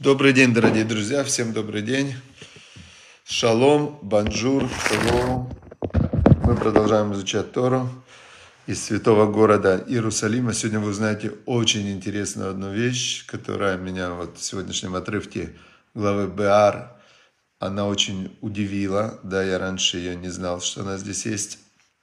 Добрый день, дорогие друзья, всем добрый день. Шалом, бонжур, шалом. Мы продолжаем изучать Тору из святого города Иерусалима. Сегодня вы узнаете очень интересную одну вещь, которая меня вот в сегодняшнем отрывке главы Беар, она очень удивила. Да, я раньше ее не знал, что она здесь есть.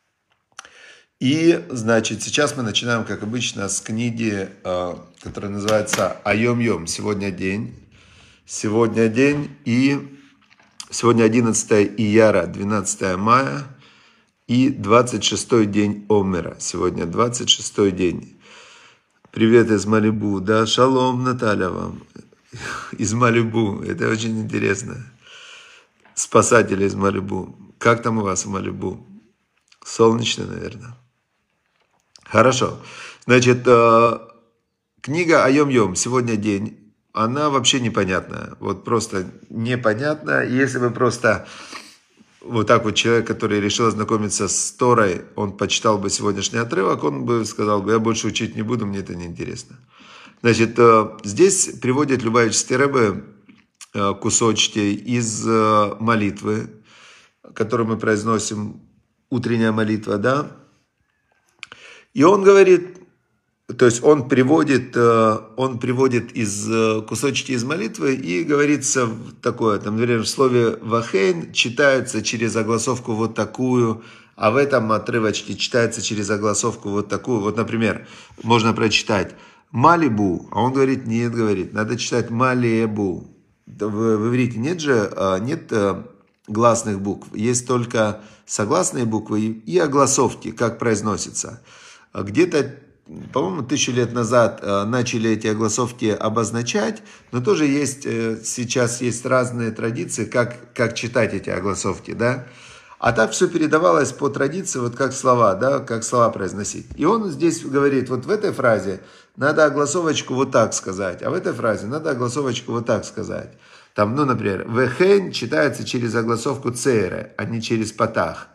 И, значит, сейчас мы начинаем, как обычно, с книги, которая называется «Айом-Йом», «Сегодня день». Сегодня день, и сегодня 11 Ияра, 12 мая, и 26-й день Омера. Сегодня 26-й день. Привет из Малибу. Да, шалом, Наталья, вам. Из Малибу. Это очень интересно. Спасатели из Малибу. Как там у вас в Малибу? Солнечно, наверное. Хорошо. Значит, книга Айом-Йом, сегодня день. Она вообще непонятная, вот просто непонятная. Если бы просто вот так вот человек, который решил ознакомиться с Торой, он почитал бы сегодняшний отрывок, он бы сказал бы: я больше учить не буду, мне это не интересно. Значит, здесь приводит Любавический Ребе кусочки из молитвы, которую мы произносим, утренняя молитва, да. И он говорит... То есть он приводит из кусочки из молитвы и говорится такое, там, например, в слове «вахейн» читается через огласовку вот такую, а в этом отрывочке читается через огласовку вот такую. Вот, например, можно прочитать «малибу», а он говорит, нет, говорит, надо читать «малебу». В иврите нет гласных букв, есть только согласные буквы и огласовки, как произносится. Где-то, по-моему, 1000 лет назад начали эти огласовки обозначать, но тоже есть, сейчас есть разные традиции, как читать эти огласовки, да. А так все передавалось по традиции, вот как слова, да, как слова произносить. И он здесь говорит, вот в этой фразе надо огласовочку вот так сказать, а в этой фразе надо огласовочку вот так сказать. Там, ну, например, «вехен» читается через огласовку «цере», а не через «патах»,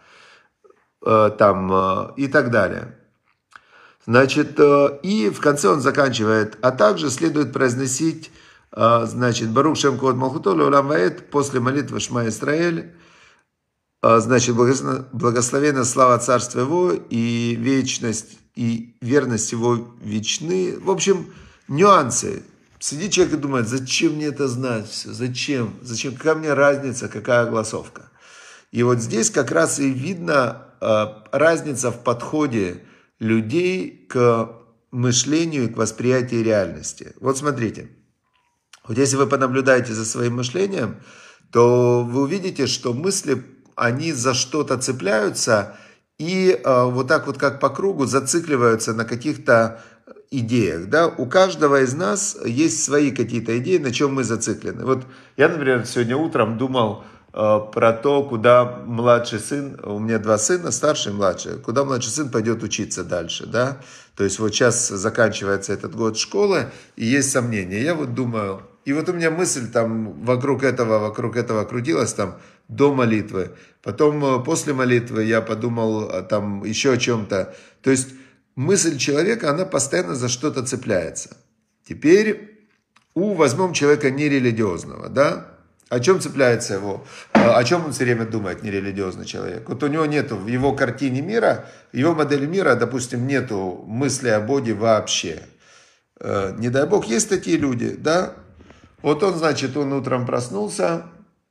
там, и так далее. Значит, и в конце он заканчивает, а также следует произносить, значит, «Барух Шем Квод Малхуто Леолам Ваэд» после молитвы «Шма Исраэль», значит, «Благословенна слава Царства Его, и вечность, и верность Его вечны». В общем, нюансы. Сидит человек и думает, зачем мне это знать все, зачем, какая мне разница, какая огласовка. И вот здесь как раз и видно разница в подходе людей к мышлению и к восприятию реальности. Вот смотрите, вот если вы понаблюдаете за своим мышлением, то вы увидите, что мысли, они за что-то цепляются и вот так вот как по кругу зацикливаются на каких-то идеях. Да? У каждого из нас есть свои какие-то идеи, на чем мы зациклены. Вот я, например, сегодня утром думал про то, куда младший сын, у меня 2 сына, старший и младший, куда младший сын пойдет учиться дальше, да, то есть вот сейчас заканчивается этот год школы, и есть сомнения, я вот думаю, и вот у меня мысль там вокруг этого крутилась там до молитвы, потом после молитвы я подумал там еще о чем-то, то есть мысль человека, она постоянно за что-то цепляется. Теперь возьмем человека нерелигиозного, да. О чем цепляется его? О чем он все время думает, нерелигиозный человек? Вот у него нету в его картине мира, в его модели мира, допустим, нету мысли о Боге вообще. Не дай Бог, есть такие люди, да? Вот он, значит, он утром проснулся,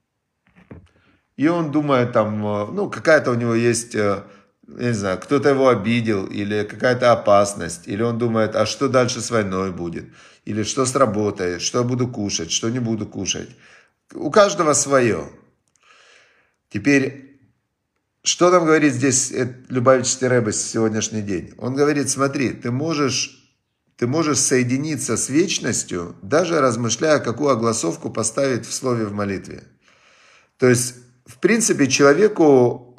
и он думает там, ну, какая-то у него есть, я не знаю, кто-то его обидел, или какая-то опасность, или он думает, а что дальше с войной будет? Или что с работой, что я буду кушать, что не буду кушать. У каждого свое. Теперь, что нам говорит здесь Любавический Ребе в сегодняшний день? Он говорит, смотри, ты можешь соединиться с вечностью, даже размышляя, какую огласовку поставить в слове в молитве. То есть, в принципе, человеку,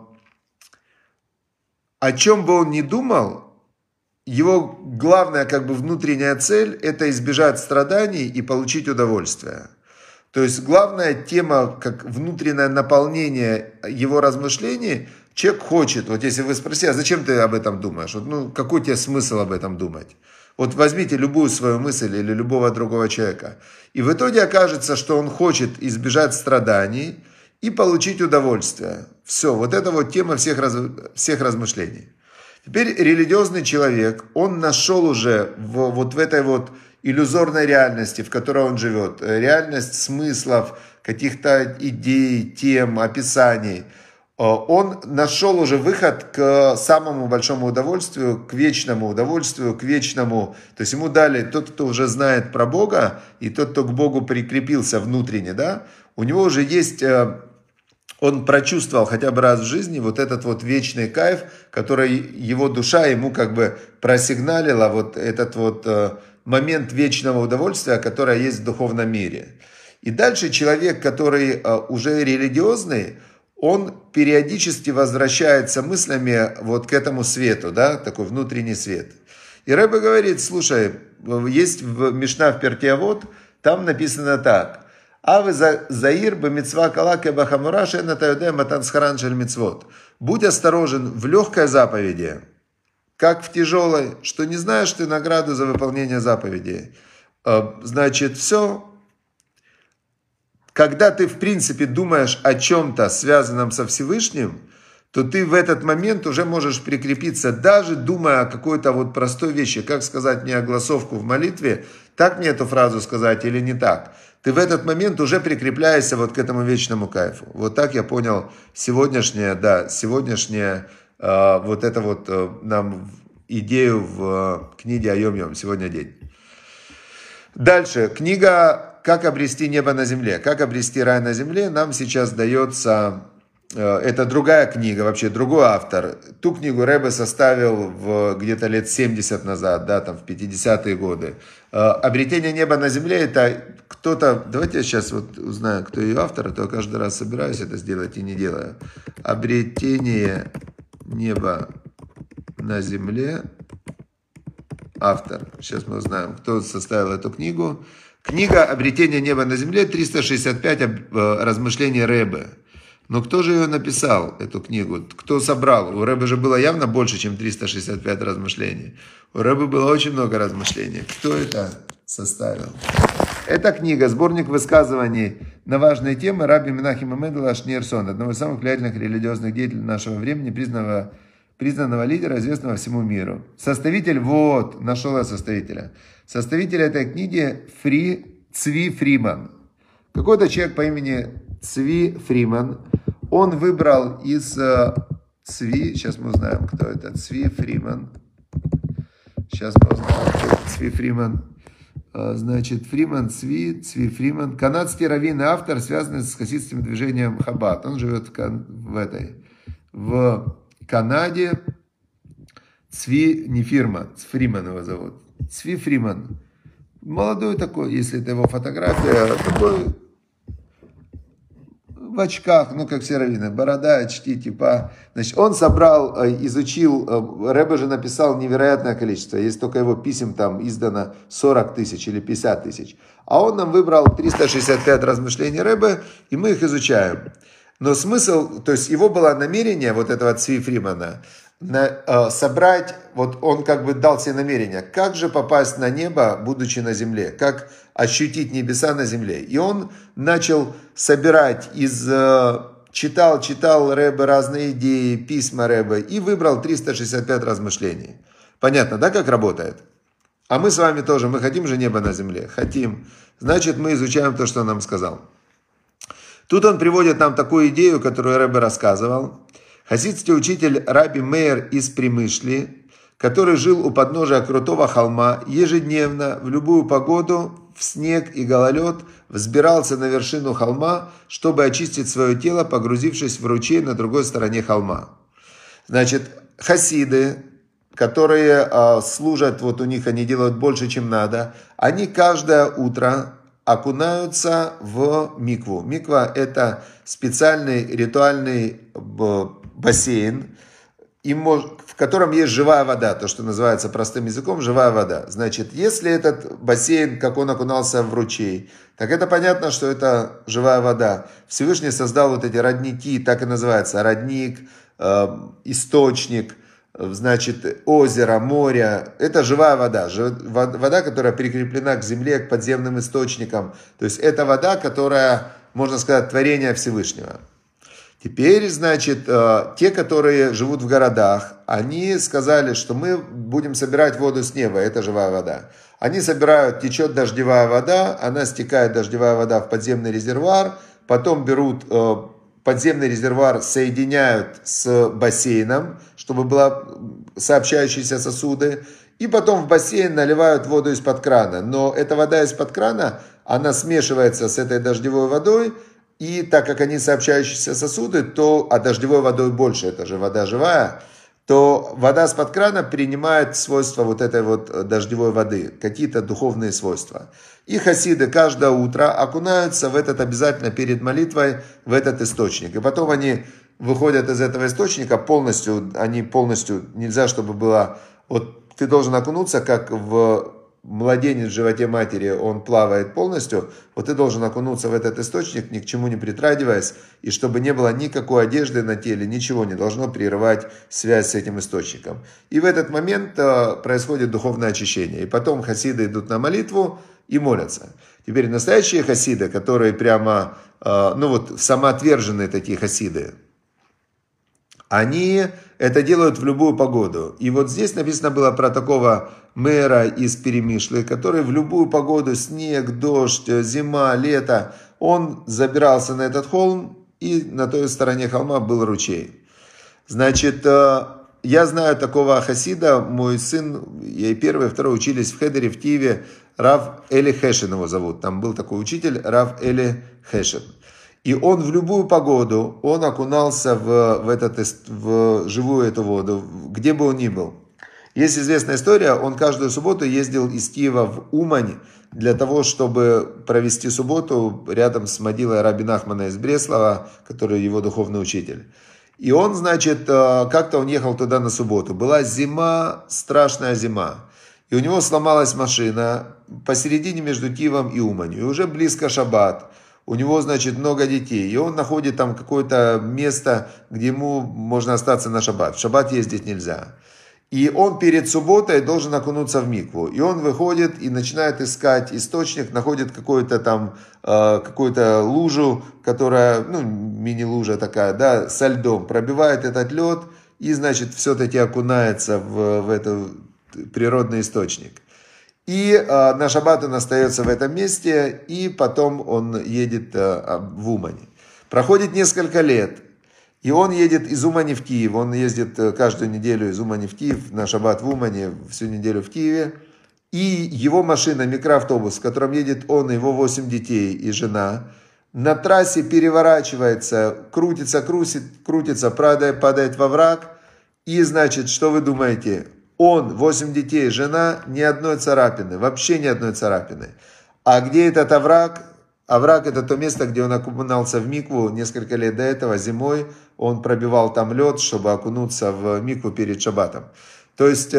о чем бы он ни думал, его главная как бы внутренняя цель – это избежать страданий и получить удовольствие. То есть главная тема, как внутреннее наполнение его размышлений, человек хочет. Вот если вы спросите, а зачем ты об этом думаешь? Вот, ну, какой тебе смысл об этом думать? Вот возьмите любую свою мысль или любого другого человека. И в итоге окажется, что он хочет избежать страданий и получить удовольствие. Все, вот это вот тема всех размышлений. Теперь религиозный человек, он нашел уже вот в этой вот иллюзорной реальности, в которой он живет, реальность смыслов, каких-то идей, тем, описаний, он нашел уже выход к самому большому удовольствию, к вечному, то есть ему дали тот, кто уже знает про Бога, и тот, кто к Богу прикрепился внутренне, да, у него уже есть... Он прочувствовал хотя бы раз в жизни вот этот вот вечный кайф, который его душа ему как бы просигналила, вот этот вот момент вечного удовольствия, которое есть в духовном мире. И дальше человек, который уже религиозный, он периодически возвращается мыслями вот к этому свету, да, такой внутренний свет. И Ребе говорит, слушай, есть в Мишна в Перкей Авот, там написано так. Авы заир бы мицва калаке бахамураше на таюде матансхаран шель мицвот. Будь осторожен в легкой заповеди, как в тяжелой, что не знаешь ты награду за выполнение заповедей. Значит, все. Когда ты, в принципе, думаешь о чем-то, связанном со Всевышним, то ты в этот момент уже можешь прикрепиться, даже думая о какой-то вот простой вещи. Как сказать мне огласовку в молитве, так мне эту фразу сказать или не так. Ты в этот момент уже прикрепляешься вот к этому вечному кайфу. Вот так я понял сегодняшнее вот это вот нам идею в книге Айом-Йом, сегодня день. Дальше, книга «Как обрести небо на земле», «Как обрести рай на земле» нам сейчас дается, это другая книга, вообще другой автор. Ту книгу Ребе составил где-то лет 70 назад, да, там в 50-е годы. «Обретение неба на земле» это кто-то, давайте я сейчас вот узнаю, кто ее автор, а то я каждый раз собираюсь это сделать и не делаю. «Обретение неба на земле». Автор. Сейчас мы узнаем, кто составил эту книгу. Книга «Обретение неба на земле», 365 размышлений Ребе. Но кто же ее написал, эту книгу? Кто собрал? У Ребе же было явно больше, чем 365 размышлений. У Ребе было очень много размышлений. Кто это составил? Эта книга, сборник высказываний на важные темы Раби Менахема Мендела Шнейрсона, одного из самых влиятельных религиозных деятелей нашего времени, признанного лидера, известного всему миру. Составитель, вот, нашел я составителя. Составитель этой книги Цви Фриман. Какой-то человек по имени Цви Фриман. Он выбрал из Цви, сейчас мы узнаем, кто это. Цви Фриман. Сейчас мы узнаем, кто это Цви Фриман. Значит, Цви Фриман. Канадский раввин и автор, связанный с хасидским движением Хаббат. Он живет в Канаде. Фриман его зовут. Цви Фриман. Молодой такой, если это его фотография, такой в очках, ну как все раввины, борода, очки, типа. Значит, он собрал, изучил, Ребе же написал невероятное количество, есть только его писем там издано 40 тысяч или 50 тысяч. А он нам выбрал 365 размышлений Ребе, и мы их изучаем. Но смысл, то есть его было намерение, вот этого Цви Фримана, собрать, вот он как бы дал себе намерение, как же попасть на небо, будучи на земле, как ощутить небеса на земле. И он начал собирать читал Ребе разные идеи, письма Ребе, и выбрал 365 размышлений. Понятно, да, как работает? А мы с вами тоже, мы хотим же небо на земле? Хотим. Значит, мы изучаем то, что он нам сказал. Тут он приводит нам такую идею, которую Ребе рассказывал. Хасидский учитель Раби Меир из Примышли, который жил у подножия крутого холма, ежедневно, в любую погоду, в снег и гололед, взбирался на вершину холма, чтобы очистить свое тело, погрузившись в ручей на другой стороне холма. Значит, хасиды, которые служат, вот у них они делают больше, чем надо, они каждое утро окунаются в микву. Миква – это специальный ритуальный бассейн, в котором есть живая вода, то, что называется простым языком живая вода. Значит, если этот бассейн, как он окунался в ручей, так это понятно, что это живая вода. Всевышний создал вот эти родники, так и называется, родник, источник, значит, озера, моря. Это живая вода. Вода, которая прикреплена к земле, к подземным источникам. То есть это вода, которая, можно сказать, творение Всевышнего. Теперь, значит, те, которые живут в городах, они сказали, что мы будем собирать воду с неба, это живая вода. Они собирают, течет дождевая вода, она стекает, дождевая вода, в подземный резервуар, потом берут подземный резервуар, соединяют с бассейном, чтобы были сообщающиеся сосуды, и потом в бассейн наливают воду из-под крана. Но эта вода из-под крана, она смешивается с этой дождевой водой, и так как они сообщающиеся сосуды, то, а дождевой водой больше, это же вода живая, то вода с-под крана принимает свойства вот этой вот дождевой воды, какие-то духовные свойства. И хасиды каждое утро окунаются в этот обязательно перед молитвой, в этот источник. И потом они выходят из этого источника полностью, нельзя, чтобы было, вот ты должен окунуться, как в младенец в животе матери, он плавает полностью, вот ты должен окунуться в этот источник, ни к чему не притрагиваясь, и чтобы не было никакой одежды на теле, ничего не должно прерывать связь с этим источником. И в этот момент происходит духовное очищение. И потом хасиды идут на молитву и молятся. Теперь настоящие хасиды, которые прямо, самоотверженные такие хасиды, они это делают в любую погоду. И вот здесь написано было про такого мэра из Перемишлы, который в любую погоду, снег, дождь, зима, лето, он забирался на этот холм, и на той стороне холма был ручей. Значит, я знаю такого хасида, мой сын, я и первый, и второй учились в Хедере, в Киеве, Рав Эли Хешин его зовут. Там был такой учитель, Рав Эли Хешин. И он в любую погоду, он окунался в живую эту воду, где бы он ни был. Есть известная история, он каждую субботу ездил из Киева в Умань для того, чтобы провести субботу рядом с могилой раби Нахмана из Бреслова, который его духовный учитель. И он, значит, как-то он ехал туда на субботу. Была зима, страшная зима. И у него сломалась машина посередине между Киевом и Уманью. И уже близко шаббат. У него, значит, много детей, и он находит там какое-то место, где ему можно остаться на шаббат. В шаббат ездить нельзя. И он перед субботой должен окунуться в микву. И он выходит и начинает искать источник, находит какую-то лужу, которая, мини-лужа такая, да, со льдом, пробивает этот лед и, значит, все-таки окунается в этот природный источник. И на шаббат он остается в этом месте, и потом он едет в Умань. Проходит несколько лет, и он едет из Умани в Киев. Он ездит каждую неделю из Умани в Киев, на шаббат в Умане, всю неделю в Киеве. И его машина, микроавтобус, в котором едет он и его 8 детей и жена, на трассе переворачивается, крутится, падает во враг. И, значит, что вы думаете? Он, 8 детей, жена, ни одной царапины, вообще ни одной царапины. А где этот овраг? Овраг – это то место, где он окунался в микву несколько лет до этого, зимой. Он пробивал там лед, чтобы окунуться в микву перед шаббатом. То есть,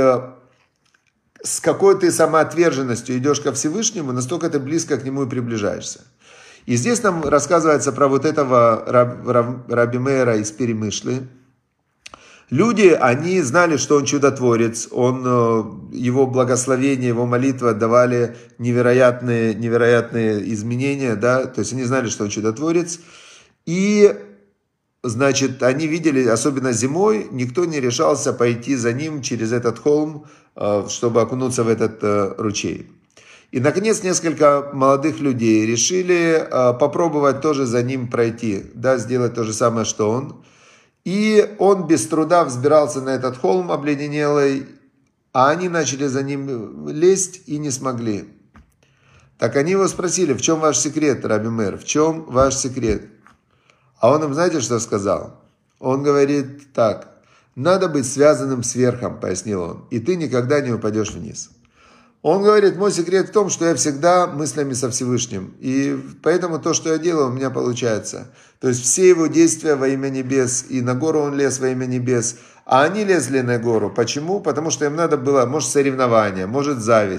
с какой ты самоотверженностью идешь ко Всевышнему, настолько ты близко к нему и приближаешься. И здесь нам рассказывается про вот этого раби Меира из Перемишлы. Люди, они знали, что он чудотворец, его благословение, его молитва давали невероятные изменения, да, то есть они знали, что он чудотворец, и, значит, они видели, особенно зимой, никто не решался пойти за ним через этот холм, чтобы окунуться в этот ручей. И, наконец, несколько молодых людей решили попробовать тоже за ним пройти, да, сделать то же самое, что он. И он без труда взбирался на этот холм обледенелый, а они начали за ним лезть и не смогли. Так они его спросили, в чем ваш секрет, раби Меир, в чем ваш секрет? А он им, знаете, что сказал? Он говорит так, надо быть связанным с верхом, пояснил он, и ты никогда не упадешь вниз. Он говорит, мой секрет в том, что я всегда мыслями со Всевышним. И поэтому то, что я делаю, у меня получается. То есть все его действия во имя небес. И на гору он лез во имя небес. А они лезли на гору. Почему? Потому что им надо было, может, соревнование, может, зависть.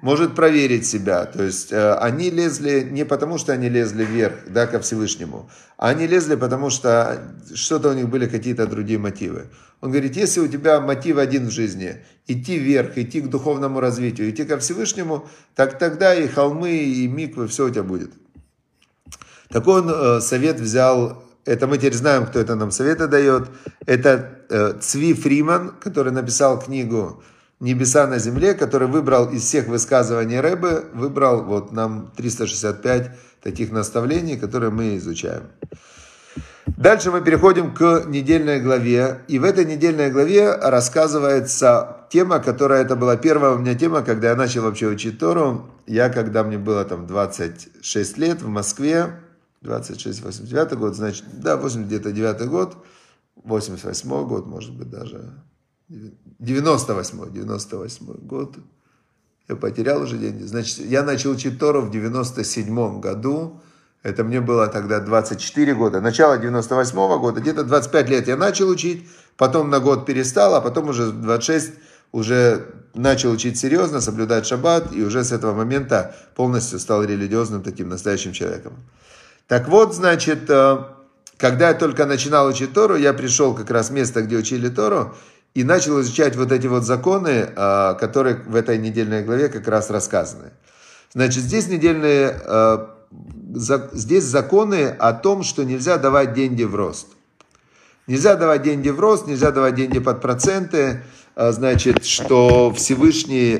может проверить себя. То есть они лезли не потому, что они лезли вверх, да, ко Всевышнему, а они лезли, потому что что-то у них были какие-то другие мотивы. Он говорит, если у тебя мотив один в жизни, идти вверх, идти к духовному развитию, идти ко Всевышнему, так тогда и холмы, и миквы, все у тебя будет. Такой он совет взял, это мы теперь знаем, кто это нам советы дает, это Цви Фриман, который написал книгу «Небеса на земле», который выбрал из всех высказываний Ребе, выбрал вот нам 365 таких наставлений, которые мы изучаем. Дальше мы переходим к недельной главе, и в этой недельной главе рассказывается тема, которая, это была первая у меня тема, когда я начал вообще учить Тору. Я, когда мне было там 26 лет в Москве, 26, 89 год, значит, да, 89 год, 88 год, может быть, даже 98 год, я потерял уже деньги, значит, я начал учить Тору в 97 году, это мне было тогда 24 года, начало 98 года, где-то 25 лет я начал учить, потом на год перестал, а потом уже 26 уже начал учить серьезно, соблюдать шаббат, и уже с этого момента полностью стал религиозным таким настоящим человеком. Так вот, значит, когда я только начинал учить Тору, я пришел как раз в место, где учили Тору, и начал изучать вот эти вот законы, которые в этой недельной главе как раз рассказаны. Значит, здесь здесь законы о том, что нельзя давать деньги в рост. Нельзя давать деньги в рост, нельзя давать деньги под проценты, значит, что Всевышний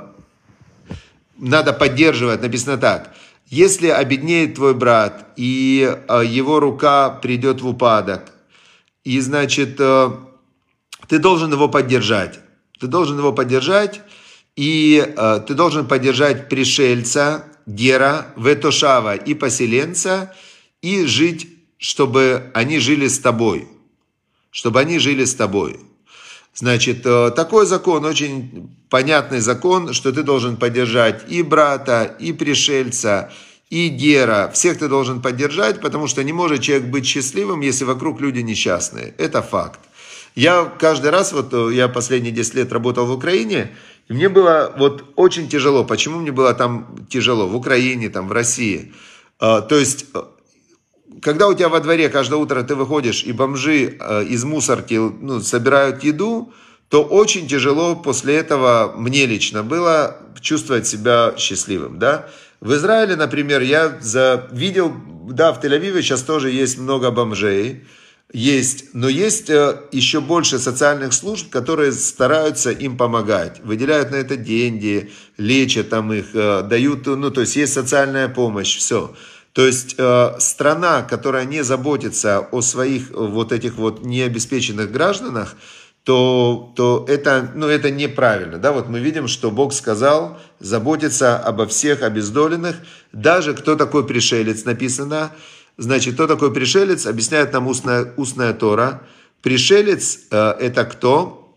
надо поддерживать, написано так. Если обеднеет твой брат, и его рука придет в упадок, и, значит, ты должен его поддержать. Ты должен его поддержать, и ты должен поддержать пришельца, гера, ветошава и поселенца, и жить, чтобы они жили с тобой. Чтобы они жили с тобой. Значит, такой закон, очень понятный закон, что ты должен поддержать и брата, и пришельца, и гера. Всех ты должен поддержать, потому что не может человек быть счастливым, если вокруг люди несчастные. Это факт. Я каждый раз, вот я последние 10 лет работал в Украине, и мне было вот очень тяжело. Почему мне было там тяжело? В Украине, там, в России. То есть, когда у тебя во дворе каждое утро ты выходишь, и бомжи из мусорки собирают еду, то очень тяжело после этого мне лично было чувствовать себя счастливым. Да? В Израиле, например, я видел, да, в Тель-Авиве сейчас тоже есть много бомжей, но есть еще больше социальных служб, которые стараются им помогать, выделяют на это деньги, лечат там их, дают, то есть есть социальная помощь, все. То есть страна, которая не заботится о своих вот этих вот необеспеченных гражданах, то это неправильно. Да? Вот мы видим, что Бог сказал заботиться обо всех обездоленных, даже кто такой пришелец, написано. Значит, кто такой пришелец, объясняет нам устная Тора. Пришелец это кто?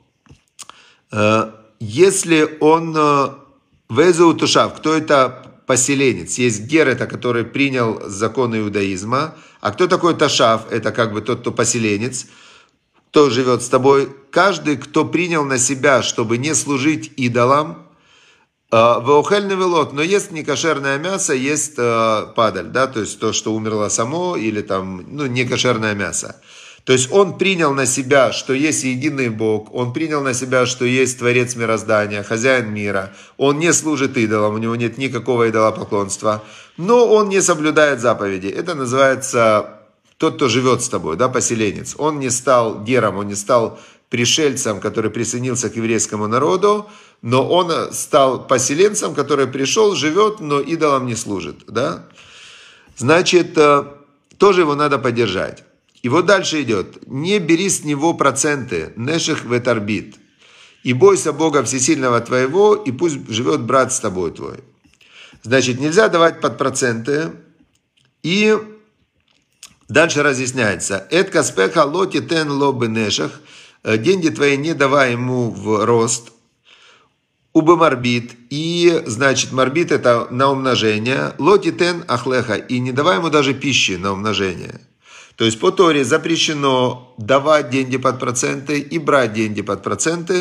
Если он везу тушав, кто это поселенец? Есть гер, это который принял законы иудаизма. А кто такой ташав? Это как бы тот, кто поселенец, кто живет с тобой. Каждый, кто принял на себя, чтобы не служить идолам, веохельный велот, но есть некошерное мясо, есть падаль, да, то есть то, что умерло само, или там, некошерное мясо. То есть он принял на себя, что есть единый Бог, он принял на себя, что есть Творец мироздания, хозяин мира, он не служит идолам, у него нет никакого идолопоклонства, но он не соблюдает заповеди. Это называется тот, кто живет с тобой, да, поселенец. Он не стал гером, он не стал пришельцем, который присоединился к еврейскому народу, но он стал поселенцем, который пришел, живет, но идолам не служит. Да? Значит, тоже его надо поддержать. И вот дальше идет. Не бери с него проценты, неших ветарбит. И бойся Бога Всесильного твоего, и пусть живет брат с тобой твой. Значит, нельзя давать под проценты. И дальше разъясняется. Эт каспеха лоти тен ло бенешах. Деньги твои не давай ему в рост. Убы марбит, и, значит, марбит это на умножение, лотитен ахлеха, и не давай ему даже пищи на умножение. То есть по Торе запрещено давать деньги под проценты и брать деньги под проценты.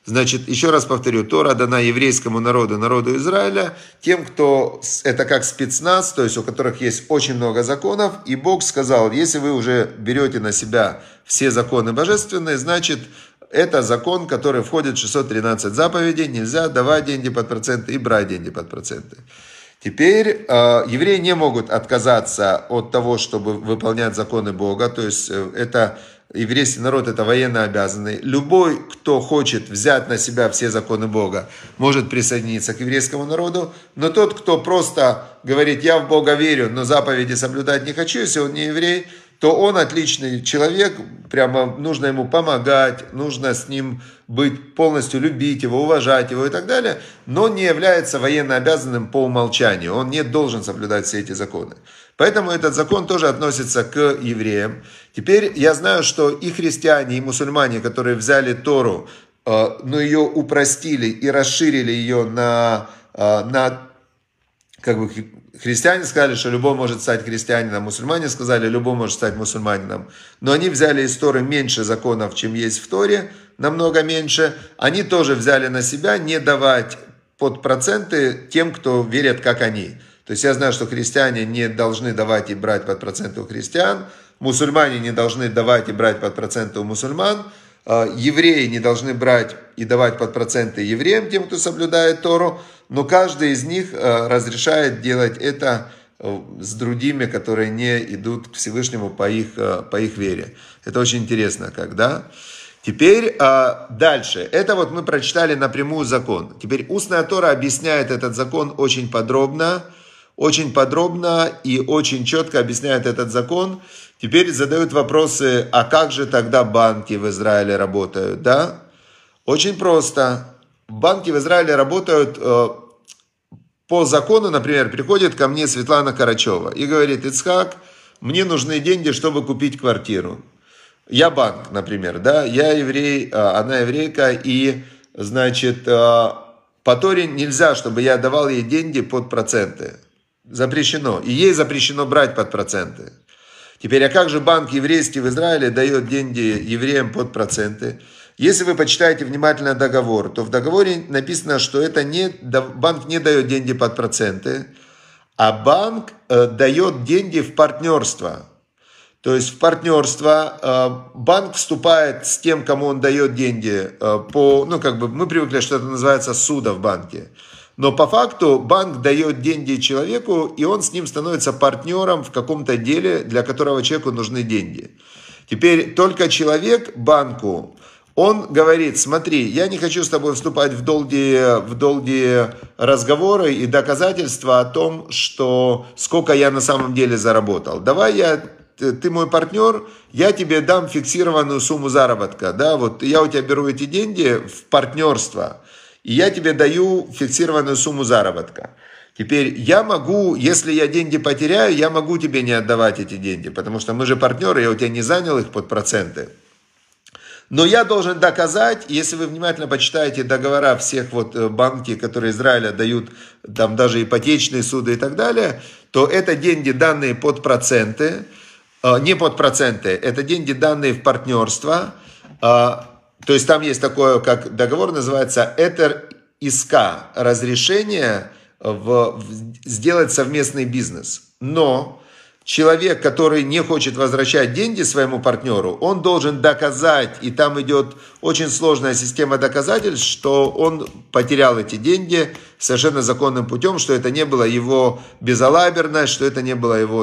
Значит, еще раз повторю, Тора дана еврейскому народу, народу Израиля, тем, кто, это как спецназ, то есть у которых есть очень много законов, и Бог сказал, если вы уже берете на себя все законы божественные, значит, это закон, который входит в 613 заповедей, нельзя давать деньги под проценты и брать деньги под проценты. Теперь евреи не могут отказаться от того, чтобы выполнять законы Бога, то есть это еврейский народ, это военно обязанный. Любой, кто хочет взять на себя все законы Бога, может присоединиться к еврейскому народу, но тот, кто просто говорит, я в Бога верю, но заповеди соблюдать не хочу, если он не еврей, то он отличный человек, прямо нужно ему помогать, нужно с ним быть, полностью любить его, уважать его и так далее, но не является военно обязанным по умолчанию, он не должен соблюдать все эти законы. Поэтому этот закон тоже относится к евреям. Теперь я знаю, что и христиане, и мусульмане, которые взяли Тору, но ее упростили и расширили ее на как бы христиане сказали, что любой может стать христианином, мусульмане сказали, любой может стать мусульманином. Но они взяли из Торы меньше законов, чем есть в Торе, намного меньше. Они тоже взяли на себя не давать под проценты тем, кто верит, как они. То есть я знаю, что христиане не должны давать и брать под проценты у христиан, мусульмане не должны давать и брать под проценты у мусульман, евреи не должны брать и давать под проценты евреям, тем, кто соблюдает Тору, но каждый из них разрешает делать это с другими, которые не идут к Всевышнему по их вере. Это очень интересно, когда. Теперь дальше. Это вот мы прочитали напрямую закон. Теперь устная Тора объясняет этот закон очень подробно и очень четко объясняет этот закон. Теперь задают вопросы, а как же тогда банки в Израиле работают, да? Очень просто. Банки в Израиле работают по закону, например, приходит ко мне Светлана Карачева и говорит, Ицхак, мне нужны деньги, чтобы купить квартиру. Я банк, например, да, я еврей, она еврейка, и, значит, по Торе нельзя, чтобы я давал ей деньги под проценты. Запрещено. И ей запрещено брать под проценты. Теперь, а как же банк еврейский в Израиле дает деньги евреям под проценты? Если вы почитаете внимательно договор, то в договоре написано, что банк не дает деньги под проценты, а банк дает деньги в партнерство. То есть в партнерство банк вступает с тем, кому он дает деньги, мы привыкли, что это называется ссуда в банке. Но по факту банк дает деньги человеку, и он с ним становится партнером в каком-то деле, для которого человеку нужны деньги. Теперь только человек банку, он говорит, смотри, я не хочу с тобой вступать в долгие разговоры и доказательства о том, что сколько я на самом деле заработал. Ты мой партнер, я тебе дам фиксированную сумму заработка. Да, вот я у тебя беру эти деньги в партнерство, и я тебе даю фиксированную сумму заработка. Теперь я могу, если я деньги потеряю, я могу тебе не отдавать эти деньги, потому что мы же партнеры, я у тебя не занял их под проценты. Но я должен доказать, если вы внимательно почитаете договора всех банки, которые Израиля дают, там даже ипотечные суды и так далее, то это деньги, данные под проценты, не под проценты, это деньги, данные в партнерство. То есть там есть такое, как договор называется «Этер Иска», разрешение сделать совместный бизнес. Но человек, который не хочет возвращать деньги своему партнеру, он должен доказать, и там идет очень сложная система доказательств, что он потерял эти деньги совершенно законным путем, что это не было его безалаберность, что это не было его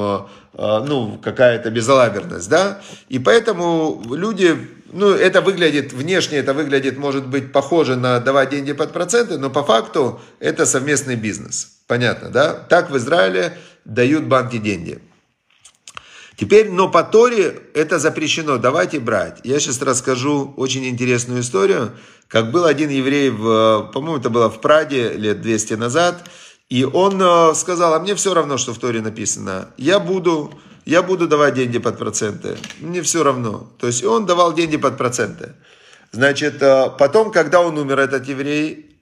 какая-то безалаберность, да. И поэтому люди, это выглядит, внешне это выглядит, может быть, похоже на давать деньги под проценты, но по факту это совместный бизнес. Понятно, да? Так в Израиле дают банки деньги. Теперь, но по Торе это запрещено давать и брать. Я сейчас расскажу очень интересную историю, как был один еврей, по-моему, это было в Праге лет 200 назад, и он сказал, а мне все равно, что в Торе написано, я буду давать деньги под проценты, мне все равно. То есть он давал деньги под проценты. Значит, потом, когда он умер, этот еврей,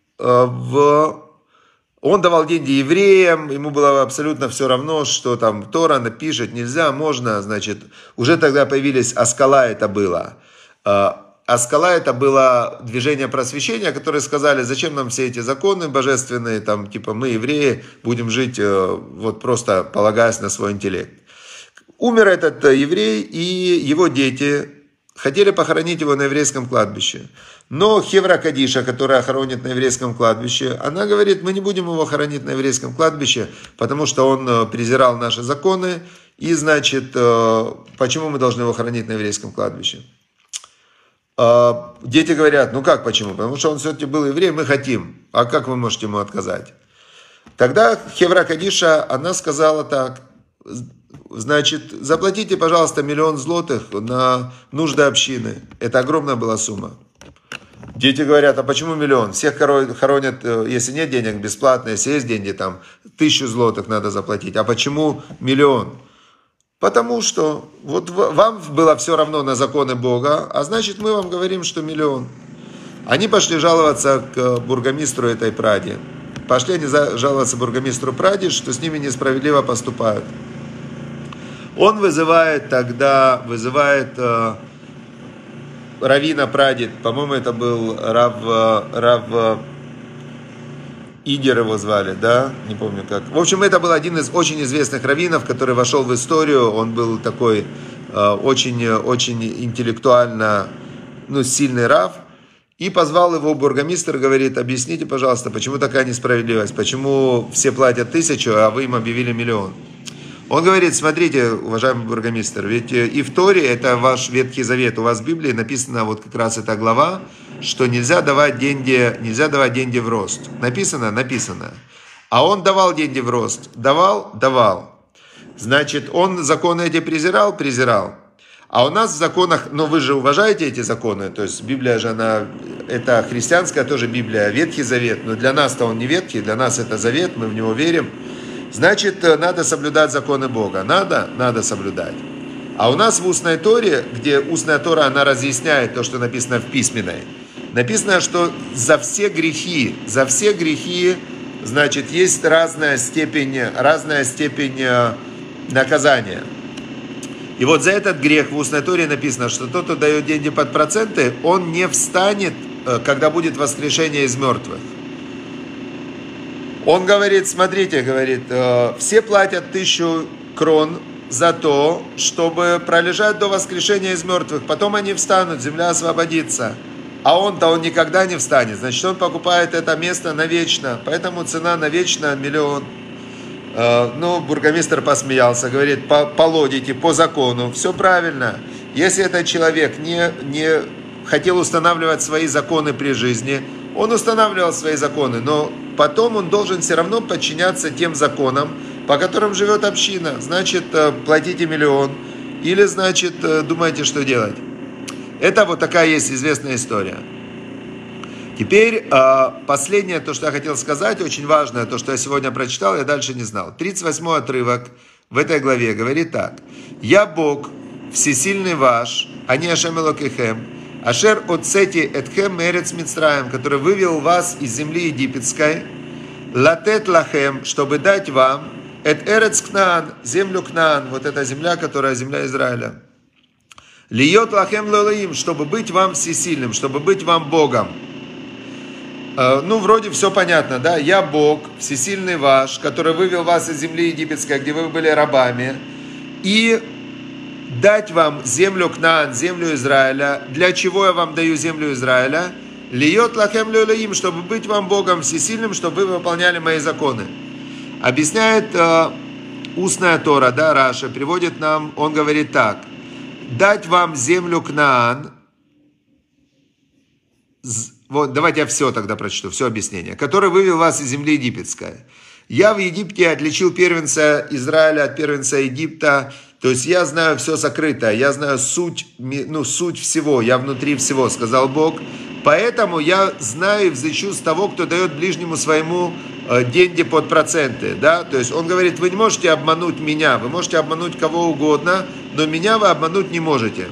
он давал деньги евреям, ему было абсолютно все равно, что там Тора напишет, нельзя, можно, значит, уже тогда появились Аскала, это было. А скала это было движение просвещения, которые сказали, зачем нам все эти законы божественные, там, типа мы, евреи, будем жить вот просто полагаясь на свой интеллект. Умер этот еврей, и его дети хотели похоронить его на еврейском кладбище. Но Хевра Кадиша, которая хоронит на еврейском кладбище, она говорит, мы не будем его хоронить на еврейском кладбище, потому что он презирал наши законы, и значит, почему мы должны его хоронить на еврейском кладбище? Дети говорят, ну как почему? Потому что он все-таки был еврей, мы хотим. А как вы можете ему отказать? Тогда Хевра Кадиша, она сказала так, значит, заплатите, пожалуйста, 1 000 000 злотых на нужды общины. Это огромная была сумма. Дети говорят, а почему 1 000 000? Всех хоронят, если нет денег, бесплатно, если есть деньги, там 1000 злотых надо заплатить. А почему 1 000 000? Потому что вот вам было все равно на законы Бога, а значит мы вам говорим, что 1 000 000. Они пошли жаловаться к бургомистру этой Праде. Пошли они жаловаться бургомистру Праде, что с ними несправедливо поступают. Он вызывает раввина Праде, по-моему, это был Рав Идер его звали, да, не помню как. В общем, это был один из очень известных раввинов, который вошел в историю. Он был такой очень интеллектуально, сильный рав. И позвал его бургомистр, говорит, объясните, пожалуйста, почему такая несправедливость, почему все платят 1000, а вы им объявили 1 000 000. Он говорит, смотрите, уважаемый бургомистр, ведь и в Торе, это ваш Ветхий Завет, у вас в Библии написана вот как раз эта глава, что нельзя давать деньги в рост. Написано? А он давал деньги в рост. Давал. Значит, он законы эти презирал. А у нас в законах, вы же уважаете эти законы, то есть Библия же, это христианская тоже Библия, Ветхий Завет, но для нас-то он не ветхий, для нас это завет, мы в него верим. Значит, надо соблюдать законы Бога. Надо соблюдать. А у нас в устной Торе, где устная Тора, она разъясняет то, что написано в письменной. Написано, что за все грехи, значит, есть разная степень наказания. И вот за этот грех в устной Торе написано, что тот, кто дает деньги под проценты, он не встанет, когда будет воскрешение из мертвых. Он говорит, смотрите, все платят 1000 крон за то, чтобы пролежать до воскрешения из мертвых. Потом они встанут, земля освободится. А он никогда не встанет. Значит, он покупает это место навечно. Поэтому цена навечно 1 000 000. Бургомистр посмеялся, говорит, по логике, по закону, все правильно. Если этот человек не хотел устанавливать свои законы при жизни, он устанавливал свои законы, но потом он должен все равно подчиняться тем законам, по которым живет община. Значит, платите 1 000 000, или, значит, думайте, что делать. Это вот такая есть известная история. Теперь последнее, то, что я хотел сказать, очень важное, то, что я сегодня прочитал, я дальше не знал. 38-й отрывок в этой главе говорит так. «Я Бог, всесильный ваш, а не Ашем Элокейхем, Ашер отцети этхем мерец Мицраем, который вывел вас из земли египетской, латет лахем, чтобы дать вам, эт эрец Кнаан, землю Кнаан, вот эта земля, которая земля Израиля. Льет лахем лолаим, чтобы быть вам всесильным, чтобы быть вам Богом». Вроде все понятно, да? «Я Бог, всесильный ваш, который вывел вас из земли египетской, где вы были рабами, и дать вам землю Кнаан, землю Израиля». Для чего я вам даю землю Израиля? «Льет лахем лолаим», чтобы быть вам Богом всесильным, чтобы вы выполняли мои законы. Объясняет устная Тора, да, Раша, приводит нам, он говорит так. «Дать вам землю Кнаан». Вот, давайте я все тогда прочту, все объяснение. «Который вывел вас из земли египетской. Я в Египте отличил первенца Израиля от первенца Египта». То есть я знаю все сокрытое, я знаю суть всего, я внутри всего, сказал Бог. Поэтому я знаю и взыщу с того, кто дает ближнему своему деньги под проценты. Да? То есть он говорит, вы не можете обмануть меня, вы можете обмануть кого угодно, но меня вы обмануть не можете.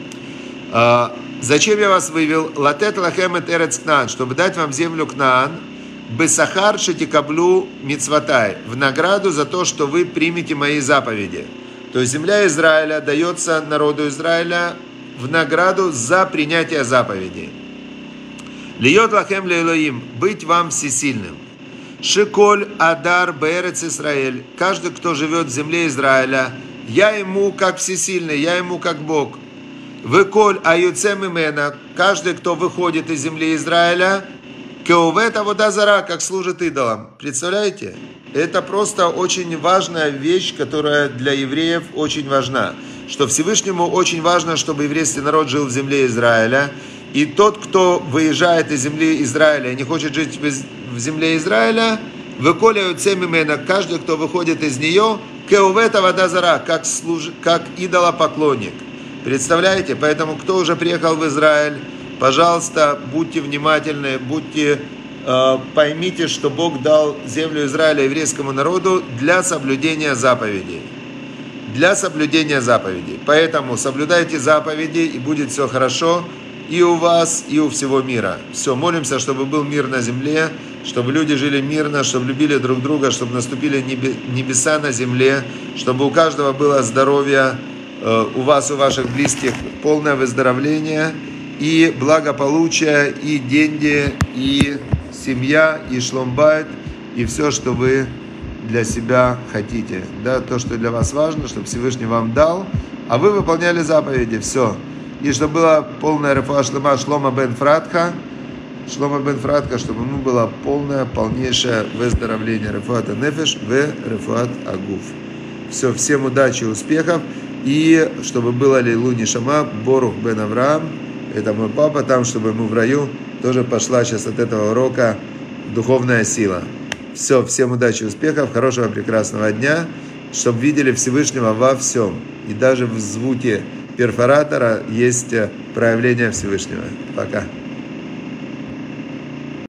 Зачем я вас вывел? Латет лахем эт эрец Кнаан, чтобы дать вам землю Кнаан, бесахар шетикаблю мицватай, в награду за то, что вы примете мои заповеди. То есть земля Израиля дается народу Израиля в награду за принятие заповедей. Льет лахем ле Элоим, быть вам всесильным. Шиколь адар беэрец Исраэль, каждый, кто живет в земле Израиля, я ему как всесильный, я ему как Бог. Выколь аюцем имена, каждый, кто выходит из земли Израиля, кеувет авода зара, как служит идолам. Представляете? Это просто очень важная вещь, которая для евреев очень важна. Что Всевышнему очень важно, чтобы еврейский народ жил в земле Израиля. И тот, кто выезжает из земли Израиля и не хочет жить в земле Израиля, выколь аюцем имена, каждый, кто выходит из нее, кеувет авода зара, как идолопоклонник. Представляете? Поэтому, кто уже приехал в Израиль, пожалуйста, будьте внимательны, поймите, что Бог дал землю Израиля еврейскому народу для соблюдения заповедей. Для соблюдения заповедей. Поэтому соблюдайте заповеди, и будет все хорошо и у вас, и у всего мира. Все, молимся, чтобы был мир на земле, чтобы люди жили мирно, чтобы любили друг друга, чтобы наступили небеса на земле, чтобы у каждого было здоровье, у вас, у ваших близких полное выздоровление и благополучие, и деньги, и семья, и шломбайт, и все, что вы для себя хотите. Да, то, что для вас важно, чтобы Всевышний вам дал, а вы выполняли заповеди, все. И чтобы была полная рефуа шлема Шломо бен Фратха, чтобы ему было полнейшее выздоровление. Рефуат нефеш в рефуат агуф. Все, всем удачи, успехов. И чтобы было лейлу нишама Борух бен Авраам, это мой папа, там, чтобы ему в раю тоже пошла сейчас от этого урока духовная сила. Все, всем удачи, успехов, хорошего, прекрасного дня, чтобы видели Всевышнего во всем. И даже в звуке перфоратора есть проявление Всевышнего. Пока.